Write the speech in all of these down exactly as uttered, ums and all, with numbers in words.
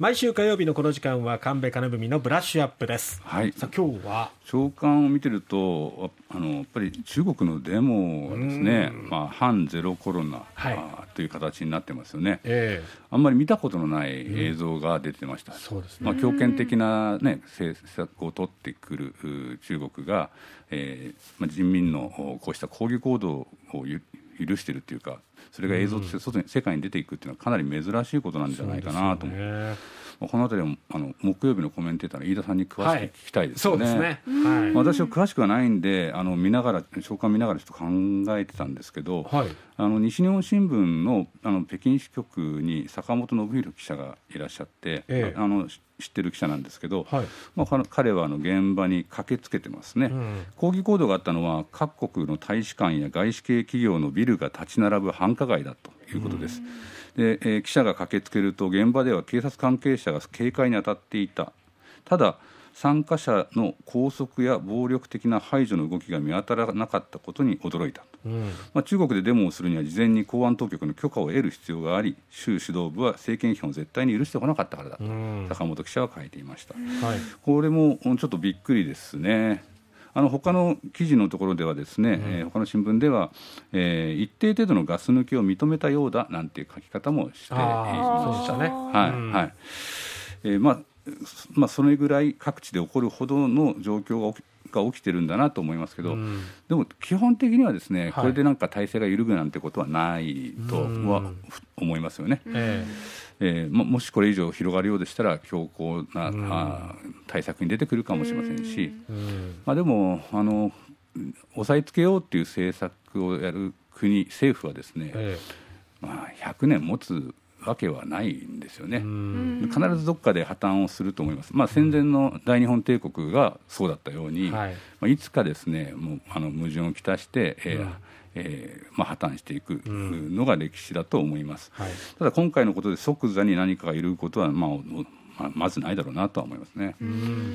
毎週火曜日のこの時間は神戸金文のブラッシュアップです。 はい、 さあ今日は朝刊を見てるとあのやっぱり中国のデモはですね、まあ、反ゼロコロナ、はい、という形になってますよね、えー、あんまり見たことのない映像が出てました、うん、そうですね、まあ、強権的な、ね、政策を取ってくる中国が、えーまあ、人民のこうした抗議行動を許しているというか、それが映像として外に、うん、世界に出ていくというのはかなり珍しいことなんじゃないかなと思う。そうですよね。このあたりはあの木曜日のコメンテーターの飯田さんに詳しく聞きたいですよね。はい、そうですね、はい、私は詳しくはないんであの見ながら朝刊見ながらちょっと考えてたんですけど、はい、あの西日本新聞 の, あの北京支局に坂本信弘記者がいらっしゃって、ええ、あの知ってる記者なんですけど、はい、まあ、彼はあの現場に駆けつけてますね、うん、抗議行動があったのは各国の大使館や外資系企業のビルが立ち並ぶ繁華街だということです。うんでえー、記者が駆けつけると現場では警察関係者が警戒に当たっていた。ただ参加者の拘束や暴力的な排除の動きが見当たらなかったことに驚いたと、うん、まあ、中国でデモをするには事前に公安当局の許可を得る必要があり、州指導部は政権批判を絶対に許してこなかったからだと、うん、坂本記者は書いていました、うん、これもちょっとびっくりですね。あの他の記事のところではですね、うん、えー、他の新聞では、えー、一定程度のガス抜きを認めたようだなんていう書き方もしていましたね。はいはい、えー、まあまあ、それぐらい各地で起こるほどの状況が起きが起きてるんだなと思いますけど、うん、でも基本的にはですね、はい、これでなんか体制が揺るぐなんてことはないとは思いますよね。うん、えーえー、も, もしこれ以上広がるようでしたら強硬な、うん、あ対策に出てくるかもしれませんし、うん、まあ、でもあの抑えつけようっていう政策をやる国政府はですね、えーまあ、ひゃくねん持つわけはないんですよね。必ずどっかで破綻をすると思います。まあ、戦前の大日本帝国がそうだったように、はい、まあ、いつかですねもうあの矛盾をきたして、えーうんえーまあ、破綻していくのが歴史だと思います。うん、はい、ただ今回のことで即座に何かが揺るぐことは、まあ、まずないだろうなとは思いますね。うん、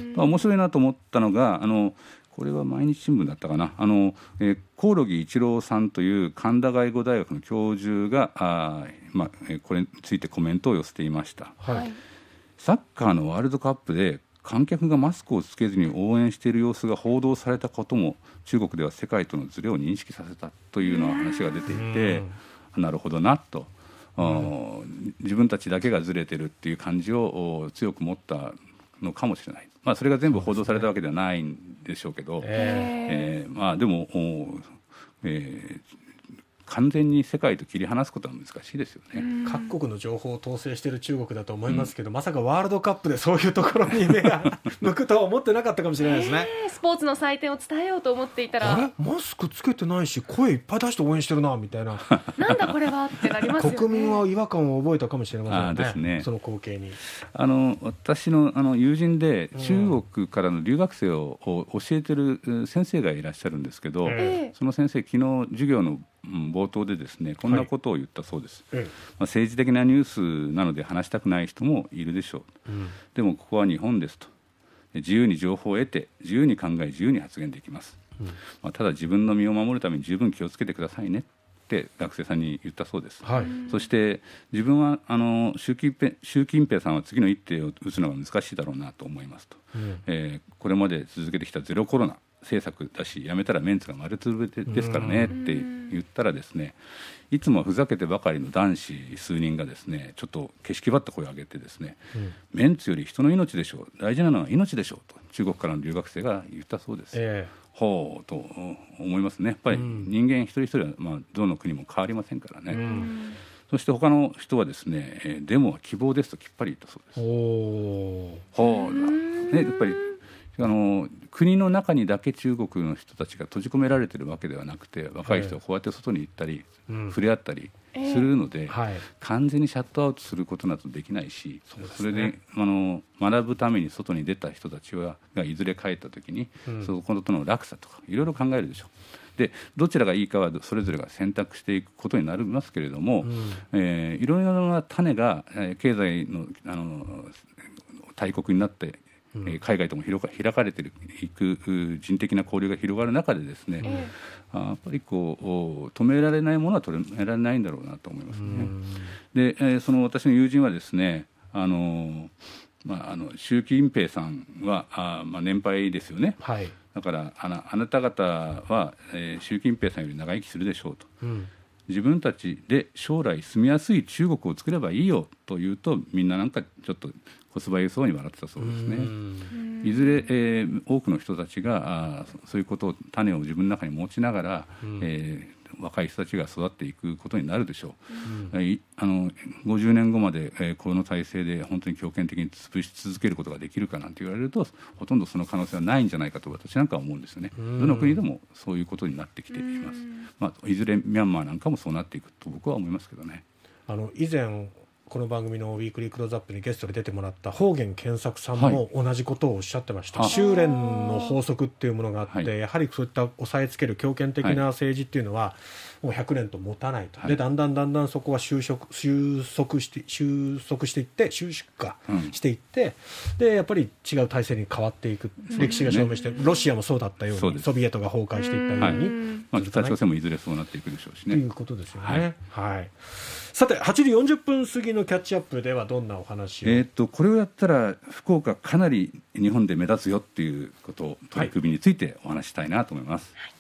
面白いなと思ったのがあのこれは毎日新聞だったかな、あの、えー、興梠一郎さんという神田外語大学の教授があ、まあえー、これについてコメントを寄せていました。はい、サッカーのワールドカップで観客がマスクをつけずに応援している様子が報道されたことも中国では世界とのズレを認識させたというような話が出ていて、なるほどなと、うん、自分たちだけがズレてるっていう感じを強く持ったのかもしれない。まあ、それが全部報道されたわけではないんでしょうけど、えーえーまあ、でも、えー、完全に世界と切り離すことは難しいですよね。 各国の情報を統制している中国だと思いますけど、うん、まさかワールドカップでそういうところに目が向くとは思ってなかったかもしれないですね。 スポーツの祭典を伝えようと思っていたら、あれマスクつけてないし声いっぱい出して応援してるなみたいななんだこれはってなりますよね。 国民は違和感を覚えたかもしれませんよ ね, ですね。 その光景にあの私 の, あの友人で中国からの留学生を教えてる先生がいらっしゃるんですけど、えー、その先生昨日授業の冒頭でですねこんなことを言ったそうです。はい、まあ、政治的なニュースなので話したくない人もいるでしょう、うん、でもここは日本ですと、自由に情報を得て自由に考え自由に発言できます、うん、まあ、ただ自分の身を守るために十分気をつけてくださいねって学生さんに言ったそうです。はい、そして自分はあの習近平、習近平さんは次の一手を打つのが難しいだろうなと思いますと、うん、えー、これまで続けてきたゼロコロナ政策だしやめたらメンツが丸つぶれですからねって言ったらですね、いつもふざけてばかりの男子数人がですねちょっとけしきばった声を上げてですね、うん、メンツより人の命でしょう、大事なのは命でしょうと中国からの留学生が言ったそうです。えー、ほうと思いますね。やっぱり人間一人一人は、まあ、どの国も変わりませんからね、うん、そして他の人はですねデモは希望ですときっぱり言ったそうです。おほうだ、ね、やっぱりあの国の中にだけ中国の人たちが閉じ込められているわけではなくて、若い人はこうやって外に行ったり、えー、触れ合ったりするので、えーはい、完全にシャットアウトすることなどできないし、 そ, ね、それであの学ぶために外に出た人たちはがいずれ帰った時に、うん、そことの落差とかいろいろ考えるでしょう。でどちらがいいかはそれぞれが選択していくことになりますけれども、うん、えー、いろいろな種が、えー、経済 の, あの大国になって海外とも開かれていく人的な交流が広がる中でですね、うん、やっぱりこう止められないものは止められないんだろうなと思いますね。で、その私の友人はですねあの、まあ、あの習近平さんはあ、まあ、年配ですよね、はい、だからあのあなた方は、えー、習近平さんより長生きするでしょうと、うん、自分たちで将来住みやすい中国を作ればいいよと言うと、みんななんかちょっとこすばゆそうに笑ってたそうですね。いずれ、えー、多くの人たちがあそういうことを種を自分の中に持ちながら、うん、えー若い人たちが育っていくことになるでしょう、うん、あのごじゅうねんごまで、えー、この体制で本当に強権的に潰し続けることができるかなんて言われると、ほとんどその可能性はないんじゃないかと私なんかは思うんですよね、うん、どの国でもそういうことになってきています、まあ、いずれミャンマーなんかもそうなっていくと僕は思いますけどね。 あの以前この番組のウィークリークローズアップにゲストで出てもらった方言健作さんも同じことをおっしゃってました、はい、修練の法則っていうものがあって、はい、やはりそういった押さえつける強権的な政治っていうのはもうひゃくねんと持たないと、はい、でだんだんだんだんそこは収束、収束して収束していって収縮化していって、うん、でやっぱり違う体制に変わっていく、うん、歴史が証明して、ロシアもそうだったようにソビエトが崩壊していったように、はい、 まあ、北朝鮮もいずれそうなっていくでしょうしねということですよね、はいはい、さてはちじよんじゅっぷん過ぎのキャッチアップではどんなお話を、 えー、とこれをやったら福岡かなり日本で目立つよっていうこと、取り組みについてお話したいなと思います、はい。